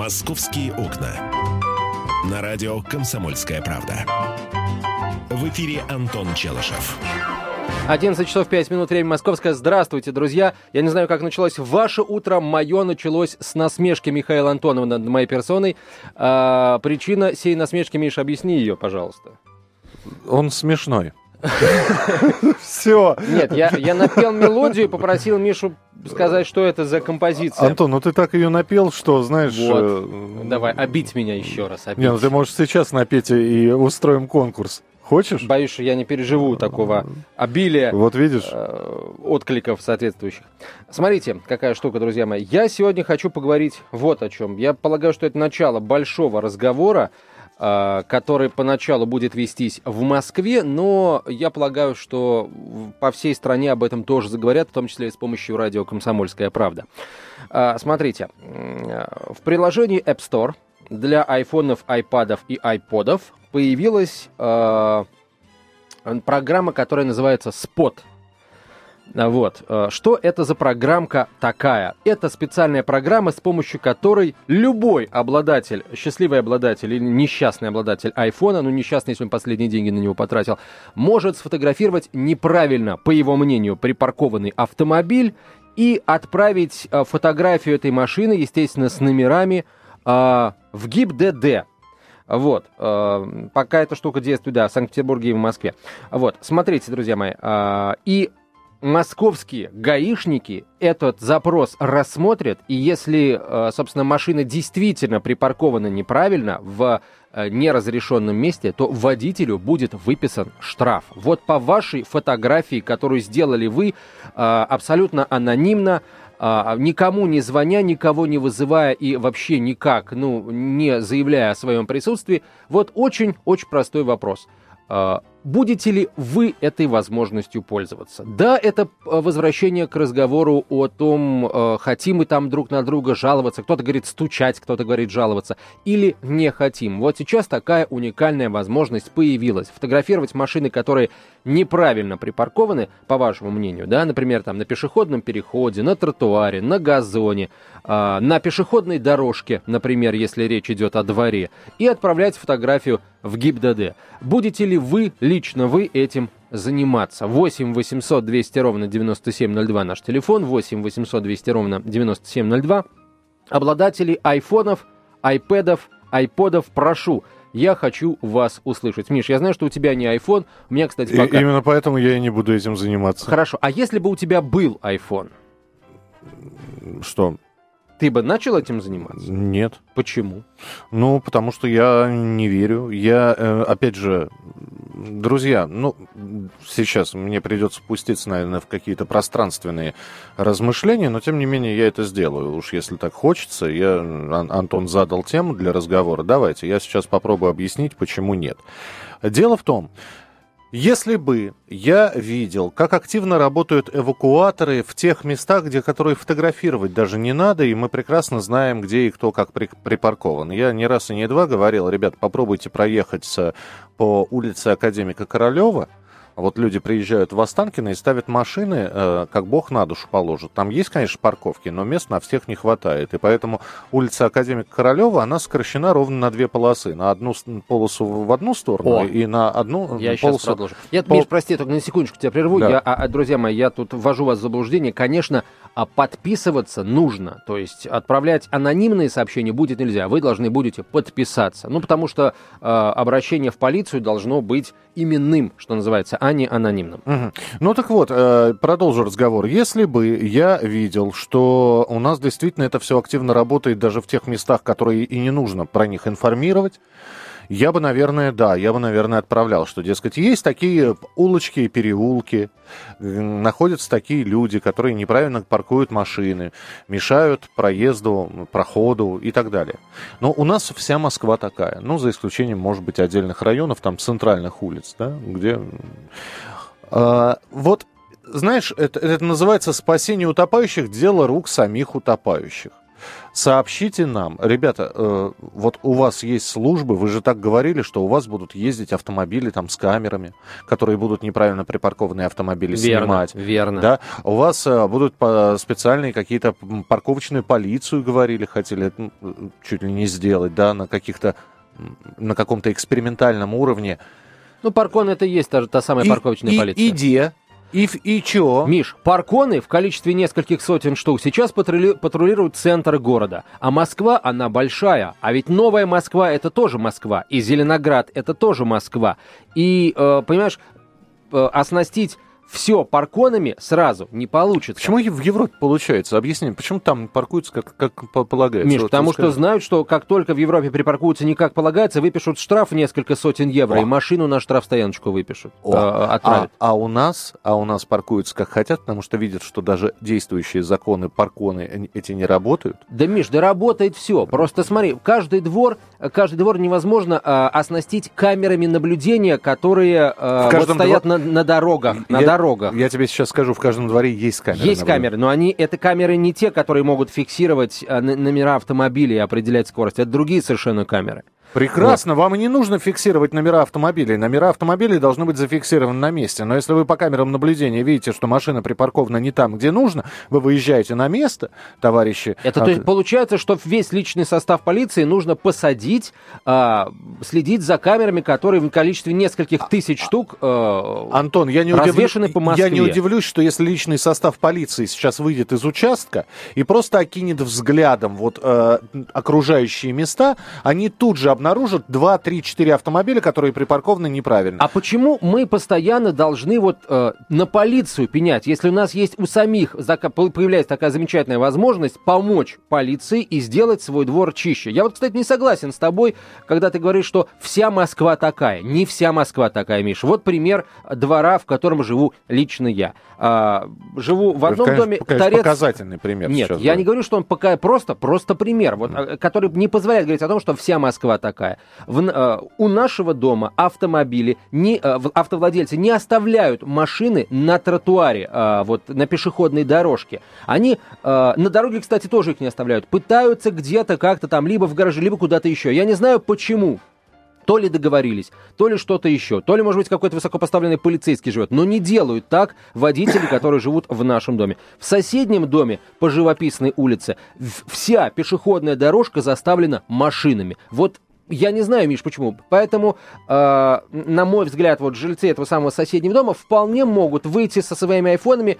«Московские окна». На радио «Комсомольская правда». В эфире Антон Челышев. 11 часов 5 минут, время московское. Здравствуйте, друзья. Я не знаю, как началось ваше утро. Мое началось с насмешки Михаила Антонова над моей персоной. Причина сей насмешки, Миша, объясни ее, пожалуйста. Он смешной. Все. Нет, я напел мелодию и попросил Мишу сказать, что это за композиция. Антон, ну ты так ее напел, что, знаешь... Вот. Давай, обидь меня еще раз. Не, ну ты можешь сейчас напеть и устроим конкурс. Хочешь? Боюсь, что я не переживу такого обилия. Вот видишь? Откликов соответствующих. Смотрите, какая штука, друзья мои. Я сегодня хочу поговорить вот о чем. Я полагаю, что это начало большого разговора, который поначалу будет вестись в Москве, но я полагаю, что по всей стране об этом тоже заговорят, в том числе и с помощью радио «Комсомольская правда». Смотрите, в приложении App Store для айфонов, айпадов и айподов появилась программа, которая называется Spot. Вот. Что это за программка такая? Это специальная программа, с помощью которой любой обладатель, счастливый обладатель или несчастный обладатель айфона, ну несчастный, если он последние деньги на него потратил, может сфотографировать неправильно, по его мнению, припаркованный автомобиль и отправить фотографию этой машины, естественно, с номерами, в ГИБДД. Вот, пока эта штука действует, да, в Санкт-Петербурге и в Москве. Вот, смотрите, друзья мои, и московские гаишники этот запрос рассмотрят, и если, собственно, машина действительно припаркована неправильно в неразрешенном месте, то водителю будет выписан штраф. Вот по вашей фотографии, которую сделали вы, абсолютно анонимно, никому не звоня, никого не вызывая и вообще никак, не заявляя о своем присутствии, вот очень-очень простой вопрос. Будете ли вы этой возможностью пользоваться? Да, это возвращение к разговору о том, хотим мы там друг на друга жаловаться. Кто-то говорит стучать, кто-то говорит жаловаться. Или не хотим. Вот сейчас такая уникальная возможность появилась. Фотографировать машины, которые неправильно припаркованы, по вашему мнению, да, например, там на пешеходном переходе, на тротуаре, на газоне, на пешеходной дорожке, например, если речь идет о дворе, и отправлять фотографию в ГИБДД. Будете ли вы, лично вы, этим заниматься? 8 800 200 ровно 9702 наш телефон, 8 800 200 ровно 9702. Обладатели айфонов, айпэдов, айподов, прошу, я хочу вас услышать. Миш, я знаю, что у тебя не айфон, у меня, кстати, пока... Именно поэтому я и не буду этим заниматься. Хорошо, а если бы у тебя был айфон? Что? Ты бы начал этим заниматься? Нет. Почему? Ну, потому что я не верю. Я, опять же, друзья, сейчас мне придется пуститься, наверное, в какие-то пространственные размышления, но, тем не менее, я это сделаю. Уж если так хочется, Антон задал тему для разговора. Давайте, я сейчас попробую объяснить, почему нет. Дело в том, если бы я видел, как активно работают эвакуаторы в тех местах, которые фотографировать даже не надо, и мы прекрасно знаем, где и кто как припаркован. Я не раз и не два говорил, ребят, попробуйте проехать по улице Академика Королева. Вот люди приезжают в Останкино и ставят машины, как бог на душу положит. Там есть, конечно, парковки, но мест на всех не хватает. И поэтому улица Академика Королева, она сокращена ровно на две полосы. На одну полосу в одну сторону и на одну я полосу... сейчас продолжу. Миш, прости, только на секундочку тебя прерву. Да. Друзья мои, я тут ввожу вас в заблуждение. Конечно, подписываться нужно. То есть отправлять анонимные сообщения будет нельзя. Вы должны будете подписаться. Потому что обращение в полицию должно быть именным, что называется, а не анонимным. Угу. Ну так вот, продолжу разговор. Если бы я видел, что у нас действительно это все активно работает даже в тех местах, которые и не нужно про них информировать, я бы, наверное, отправлял, что, дескать, есть такие улочки и переулки, находятся такие люди, которые неправильно паркуют машины, мешают проезду, проходу и так далее. Но у нас вся Москва такая, за исключением, может быть, отдельных районов, там, центральных улиц, да, где... Вот, знаешь, это называется спасение утопающих, дело рук самих утопающих. Сообщите нам, ребята, вот у вас есть службы, вы же так говорили, что у вас будут ездить автомобили там с камерами, которые будут неправильно припаркованные автомобили снимать. Верно. Да? У вас будут специальные какие-то парковочную полицию, говорили, хотели чуть ли не сделать, да, на каком-то экспериментальном уровне. Ну, паркон это и есть та самая парковочная полиция. И чё? Миш, парконы в количестве нескольких сотен штук сейчас патрулируют центр города. А Москва, она большая. А ведь Новая Москва — это тоже Москва. И Зеленоград — это тоже Москва. И, понимаешь, оснастить все парконами сразу не получится. Почему в Европе получается? Объясни, почему там паркуются как полагается? Миш, потому что знают, что как только в Европе припаркуются не как полагается, выпишут штраф в несколько сотен евро, и машину на штрафстояночку выпишут, отправят. А у нас паркуются как хотят, потому что видят, что даже действующие парконы эти не работают. Да, Миш, да работает все. Просто смотри, каждый двор невозможно оснастить камерами наблюдения, которые стоят на дорогах. Я тебе сейчас скажу, в каждом дворе есть камеры. Есть камеры, но это камеры не те, которые могут фиксировать номера автомобилей и определять скорость. Это другие совершенно камеры. Прекрасно, вам и не нужно фиксировать номера автомобилей. Номера автомобилей должны быть зафиксированы на месте. Но если вы по камерам наблюдения видите, что машина припаркована не там, где нужно, вы выезжаете на место, товарищи. То есть получается, что весь личный состав полиции нужно посадить, следить за камерами, которые в количестве нескольких тысяч штук Антон, развешаны по Москве. Я не удивлюсь, что если личный состав полиции сейчас выйдет из участка и просто окинет взглядом окружающие места, они тут же обнаружат 2, 3, 4 автомобиля, которые припаркованы неправильно. А почему мы постоянно должны на полицию пенять, если у нас есть у самих появляется такая замечательная возможность помочь полиции и сделать свой двор чище? Я кстати, не согласен с тобой, когда ты говоришь, что вся Москва такая. Не вся Москва такая, Миш. Вот пример двора, в котором живу лично я. Живу в одном доме. Конечно, показательный пример. Нет, сейчас, я не говорю, что он просто пример, который не позволяет говорить о том, что вся Москва такая. У нашего дома автовладельцы не оставляют машины на тротуаре, на пешеходной дорожке. Они на дороге, кстати, тоже их не оставляют. Пытаются где-то как-то там либо в гараже, либо куда-то еще. Я не знаю почему. То ли договорились, то ли что-то еще, то ли, может быть, какой-то высокопоставленный полицейский живет. Но не делают так водители, которые живут в нашем доме. В соседнем доме по живописной улице вся пешеходная дорожка заставлена машинами. Я не знаю, Миш, почему. Поэтому, на мой взгляд, жильцы этого самого соседнего дома вполне могут выйти со своими айфонами,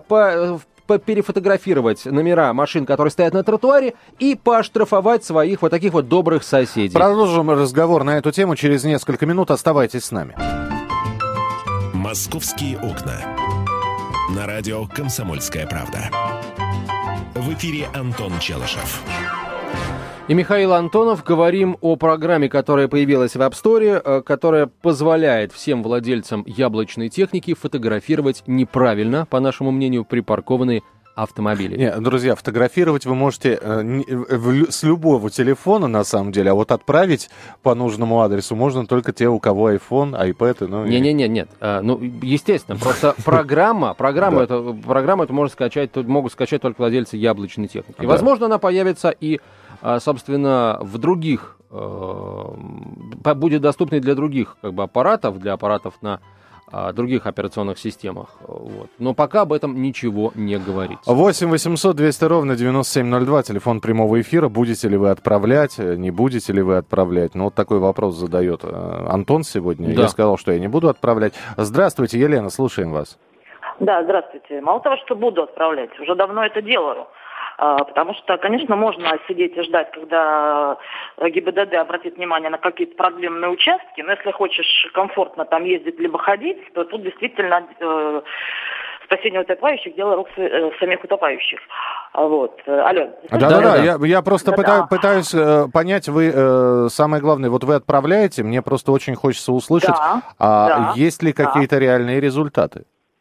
перефотографировать номера машин, которые стоят на тротуаре, и пооштрафовать своих таких добрых соседей. Продолжим разговор на эту тему через несколько минут. Оставайтесь с нами. «Московские окна». На радио «Комсомольская правда». В эфире Антон Челышев. И Михаил Антонов. Говорим о программе, которая появилась в App Store, которая позволяет всем владельцам яблочной техники фотографировать неправильно, по нашему мнению, припаркованные автомобили. Нет, друзья, фотографировать вы можете с любого телефона, на самом деле, а отправить по нужному адресу можно только те, у кого iPhone, iPad. Нет. Естественно, просто программу эту могут скачать только владельцы яблочной техники. Да. Возможно, она появится и, собственно, в других, будет доступной для других аппаратов, для аппаратов на других операционных системах. Но пока об этом ничего не говорится. 8 800 200 ровно 9702, телефон прямого эфира. Будете ли вы отправлять, не будете ли вы отправлять? Такой вопрос задает Антон сегодня. Да. Я сказал, что я не буду отправлять. Здравствуйте, Елена, слушаем вас. Да, здравствуйте. Мало того, что буду отправлять, уже давно это делаю. Потому что, конечно, можно сидеть и ждать, когда ГИБДД обратит внимание на какие-то проблемные участки, но если хочешь комфортно там ездить либо ходить, то тут действительно спасение утопающих – дело рук самих утопающих. Алло. Да. Я просто пытаюсь понять, вы, самое главное, вы отправляете, мне просто очень хочется услышать, есть ли какие-то реальные результаты?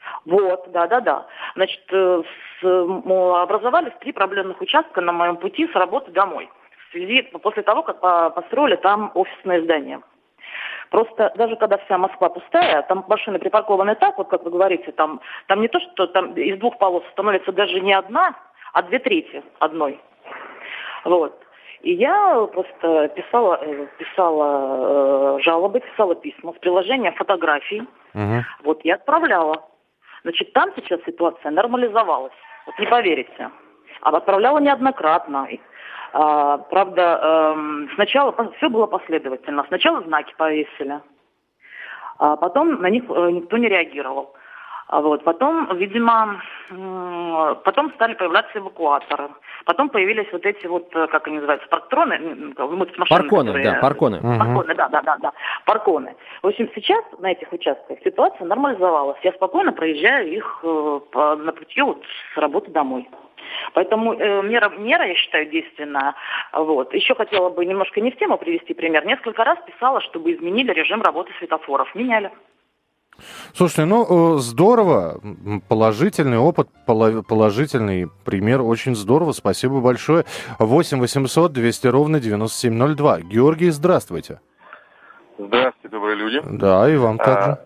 Да. Значит, образовались 3 проблемных участка на моем пути с работы домой. После того, как построили там офисное здание. Просто даже когда вся Москва пустая, там машины припаркованы так, как вы говорите, там не то, что там из 2 полос становится даже не одна, а 2/3 одной. Вот. И я просто писала жалобы, писала письма с приложением фотографий. Вот, я отправляла. Значит, там сейчас ситуация нормализовалась. Вот не поверите. Отправляла неоднократно. Правда, сначала все было последовательно. Сначала знаки повесили, а потом на них никто не реагировал. Вот. Потом, видимо, стали появляться эвакуаторы. Потом появились вот эти вот, как они называются, парктроны. Парконы, которые... да, парконы. Парконы, да, парконы. В общем, сейчас на этих участках ситуация нормализовалась. Я спокойно проезжаю их на пути вот с работы домой. Поэтому мера, я считаю, действенная. Вот. Еще хотела бы немножко не в тему привести пример. Несколько раз писала, чтобы изменили режим работы светофоров. Меняли. Слушайте, здорово, положительный опыт, положительный пример, очень здорово, спасибо большое. 8 800 200 ровно 9702. Георгий, здравствуйте. Здравствуйте, добрые люди. Да, и вам также.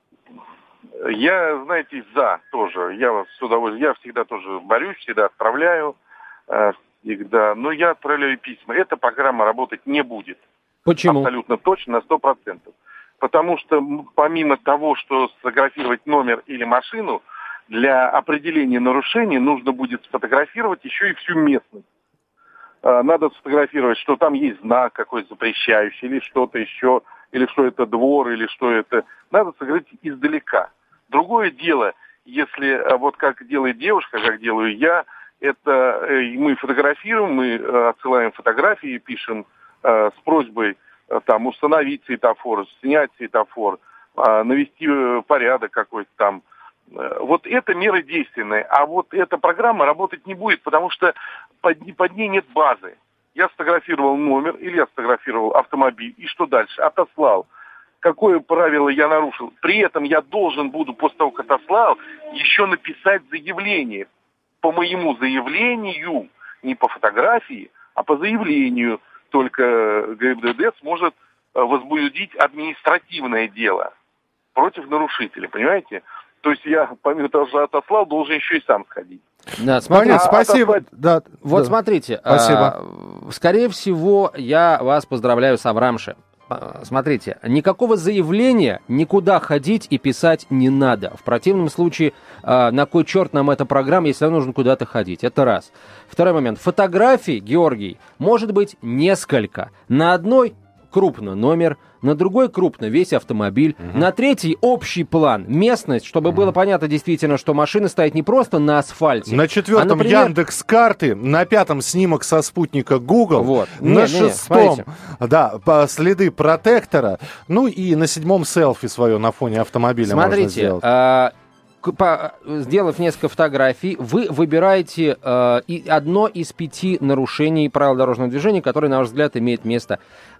Я, знаете, за тоже. Я всегда тоже борюсь, всегда отправляю, но я отправляю письма. Эта программа работать не будет. Почему? Абсолютно точно, на 100%. Потому что помимо того, что сфотографировать номер или машину, для определения нарушений нужно будет сфотографировать еще и всю местность. Надо сфотографировать, что там есть знак какой-то запрещающий, или что-то еще, или что это двор, или что это... Надо сфотографировать издалека. Другое дело, если вот как делает девушка, как делаю я, это мы фотографируем, мы отсылаем фотографии, пишем с просьбой там установить светофор, снять светофор, навести порядок какой-то там. Вот это меры действенные. А вот эта программа работать не будет, потому что под ней нет базы. Я сфотографировал номер или я сфотографировал автомобиль, и что дальше? Отослал. Какое правило я нарушил? При этом я должен буду, после того, как отослал, еще написать заявление. По моему заявлению, не по фотографии, а по заявлению. Только ГИБДД сможет возбудить административное дело против нарушителя, понимаете? То есть я, помимо того, что отослал, должен еще и сам сходить. Да, смотрите, спасибо. Смотрите, спасибо. Скорее всего, я вас поздравляю с Аврамши. Смотрите, никакого заявления никуда ходить и писать не надо. В противном случае, на кой черт нам эта программа, если нам нужно куда-то ходить? Это раз. Второй момент. Фотографий, Георгий, может быть несколько. На одной крупно номер, на другой крупно весь автомобиль, на третий общий план, местность, чтобы было понятно действительно, что машина стоит не просто на асфальте. На четвертом Яндекс.Карты, на пятом снимок со спутника Google, вот. на шестом следы протектора, ну и на седьмом селфи свое на фоне автомобиля можно сделать. Сделав несколько фотографий, вы выбираете одно из 5 нарушений правил дорожного движения, которые, на ваш взгляд, имеет место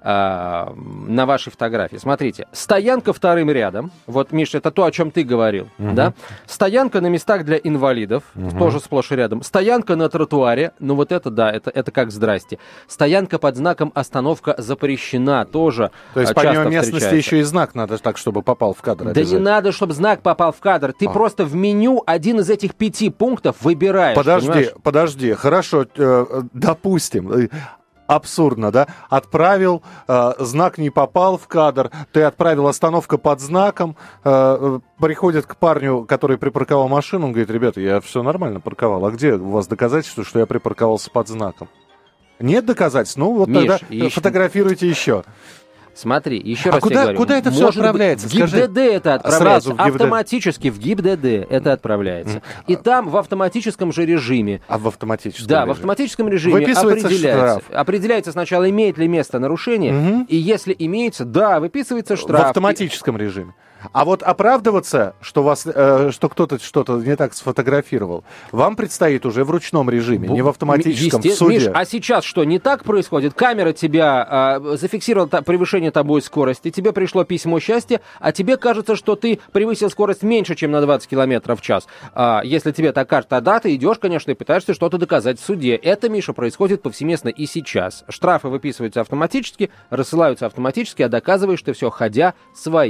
на вашей фотографии. Смотрите, стоянка вторым рядом. Вот, Миша, это то, о чем ты говорил. Да? Стоянка на местах для инвалидов, тоже сплошь и рядом. Стоянка на тротуаре, ну вот это да, это как здрасте. Стоянка под знаком «Остановка запрещена» тоже то есть часто помимо местности еще и знак надо так, чтобы попал в кадр. Да не надо, чтобы знак попал в кадр. Ты просто в меню один из этих 5 пунктов выбираешь. Подожди, хорошо, допустим... Абсурдно, да? Отправил, знак не попал в кадр, ты отправил остановка под знаком, приходит к парню, который припарковал машину, он говорит: ребята, я все нормально парковал, а где у вас доказательства, что я припарковался под знаком? Нет доказательств? Ну вот Миш, тогда фотографируйте еще. Смотри, еще раз тебе говорю. Куда это все отправляется? В ГИБДД это отправляется. Автоматически в ГИБДД это отправляется. И там в автоматическом же режиме. А в автоматическом режиме? Да, в автоматическом режиме определяется сначала, имеет ли место нарушение. И если имеется, да, выписывается штраф. В автоматическом режиме. А вот оправдываться, что кто-то что-то не так сфотографировал, вам предстоит уже в ручном режиме, не в автоматическом, в суде. Миш, а сейчас что, не так происходит? Камера тебя зафиксировала превышение тобой скорости, тебе пришло письмо счастья, а тебе кажется, что ты превысил скорость меньше, чем на 20 км в час. Если тебе так кажется, тогда ты идешь, конечно, и пытаешься что-то доказать в суде. Это, Миша, происходит повсеместно и сейчас. Штрафы выписываются автоматически, рассылаются автоматически, а доказываешь ты все, ходя своими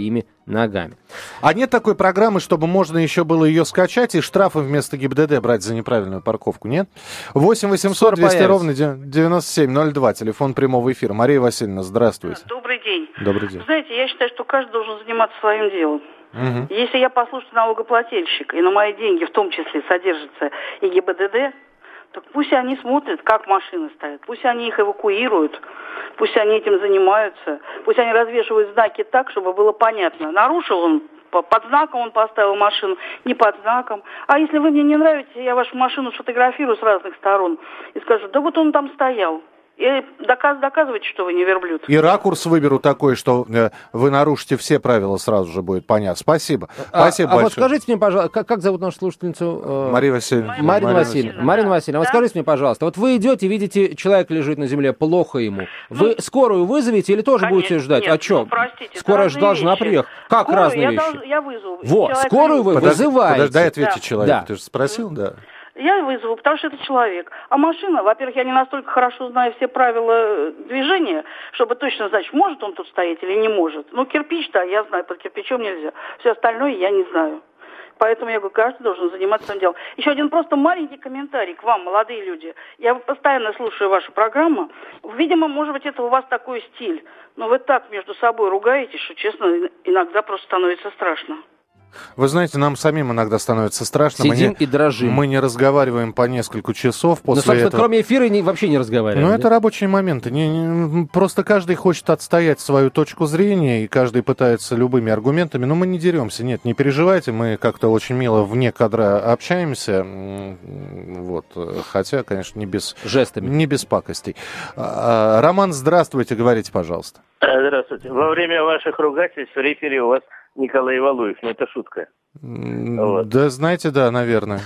ногами. А нет такой программы, чтобы можно еще было ее скачать и штрафы вместо ГИБДД брать за неправильную парковку, нет? 8 800 200 ровно 9702, телефон прямого эфира. Мария Васильевна, здравствуйте. Добрый день. Добрый день. Знаете, я считаю, что каждый должен заниматься своим делом. Угу. Если я послушный налогоплательщик, и на мои деньги в том числе содержится и ГИБДД, так пусть они смотрят, как машины стоят, пусть они их эвакуируют, пусть они этим занимаются, пусть они развешивают знаки так, чтобы было понятно, нарушил он, под знаком он поставил машину, не под знаком. А если вы мне не нравитесь, я вашу машину сфотографирую с разных сторон и скажу, да вот он там стоял. И доказывайте, что вы не верблюд. И ракурс выберу такой, что вы нарушите все правила, сразу же будет понятно. Спасибо. Спасибо большое. Вот скажите мне, пожалуйста, как зовут нашу слушательницу? Мария Васильевна. Марина Васильевна. Марина Васильевна, вот скажите мне, пожалуйста, вот вы идете, видите, человек лежит на земле, плохо ему. Вы скорую вызовете или тоже будете ждать? Нет, а что? Простите, скорая же должна вещи. приехать. Как скорую разные вещи? Я вызову. Вот, скорую вы вызываете. Подожди, дай ответить человеку. Да. Ты же спросил, да? Я вызову, потому что это человек. А машина, во-первых, я не настолько хорошо знаю все правила движения, чтобы точно знать, может он тут стоять или не может. Ну, кирпич, да, я знаю, под кирпичом нельзя. Все остальное я не знаю. Поэтому я говорю, каждый должен заниматься своим делом. Еще один просто маленький комментарий к вам, молодые люди. Я постоянно слушаю вашу программу. Видимо, может быть, это у вас такой стиль. Но вы так между собой ругаетесь, что, честно, иногда просто становится страшно. Вы знаете, нам самим иногда становится страшно. Сидим и дрожим. Мы не разговариваем по несколько часов после собственно, этого. кроме эфира вообще не разговариваем. Ну, это рабочие моменты. Просто каждый хочет отстоять свою точку зрения, и каждый пытается любыми аргументами. Но мы не деремся. Нет, не переживайте. Мы как-то очень мило вне кадра общаемся. Вот. Хотя, конечно, не без... Жестами. Не без пакостей. Роман, здравствуйте. Говорите, пожалуйста. Здравствуйте. Во время ваших ругательств в рефере у вас Николай Валуев, но это шутка. Вот. Да, знаете, да, наверное.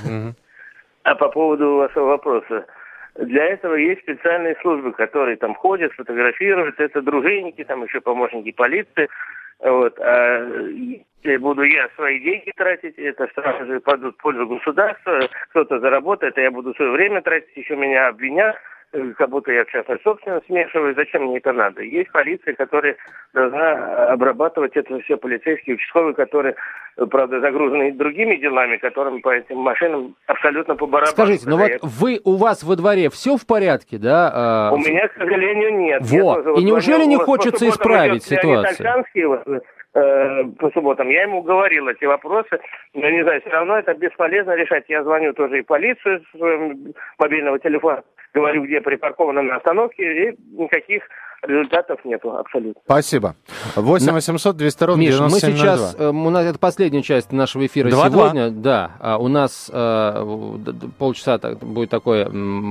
А по поводу вашего вопроса. Для этого есть специальные службы, которые там ходят, фотографируют. Это дружинники, там еще помощники полиции. Вот. А если буду я свои деньги тратить, это сразу же пойдут в пользу государства. Кто-то заработает, а я буду свое время тратить, еще меня обвинят. Как будто я частную собственность смешиваю. Зачем мне это надо? Есть полиция, которая должна обрабатывать это все, полицейские участковые, которые, правда, загружены другими делами, которым по этим машинам абсолютно по барабану. Скажите, ну вот у вас во дворе все в порядке, да? У меня, к сожалению, нет. Вот. И неужели не хочется исправить ситуацию? По субботам. Я ему говорил эти вопросы, но не знаю, все равно это бесполезно решать. Я звоню тоже и полицию с своего мобильного телефона, говорю, где припарковано на остановке, и никаких результатов нету абсолютно. Спасибо. 8 800 200 ровно 9702. Миш, мы сейчас, у нас это последняя часть нашего эфира 2-2. Сегодня. Да, у нас полчаса будет такое,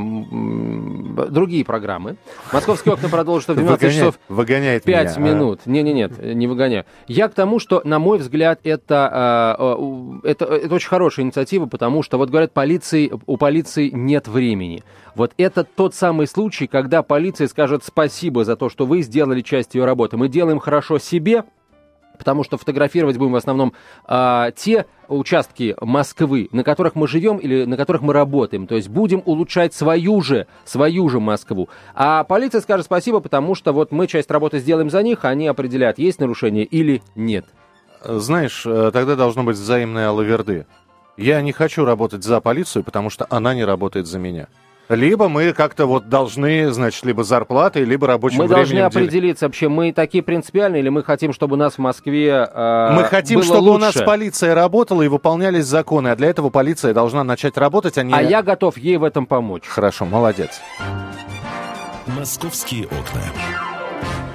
другие программы. Московские окна продолжат в 12 часов 5 минут. Нет, не выгоняю. Я к тому, что, на мой взгляд, это очень хорошая инициатива, потому что, вот говорят, у полиции нет времени. Вот это тот самый случай, когда полиция скажет спасибо за то, что вы сделали часть ее работы. Мы делаем хорошо себе, потому что фотографировать будем в основном те участки Москвы, на которых мы живем или на которых мы работаем. То есть будем улучшать свою же Москву. А полиция скажет спасибо, потому что вот мы часть работы сделаем за них, а они определяют, есть нарушение или нет. Знаешь, тогда должно быть взаимное алаверды. Я не хочу работать за полицию, потому что она не работает за меня. Либо мы как-то вот должны, значит, либо зарплатой, либо рабочим временем. Мы должны определиться вообще, мы такие принципиальные, или мы хотим, чтобы у нас в Москве мы хотим, было чтобы лучше? У нас полиция работала и выполнялись законы, а для этого полиция должна начать работать, а не... А я готов ей в этом помочь. Хорошо, молодец. «Московские окна».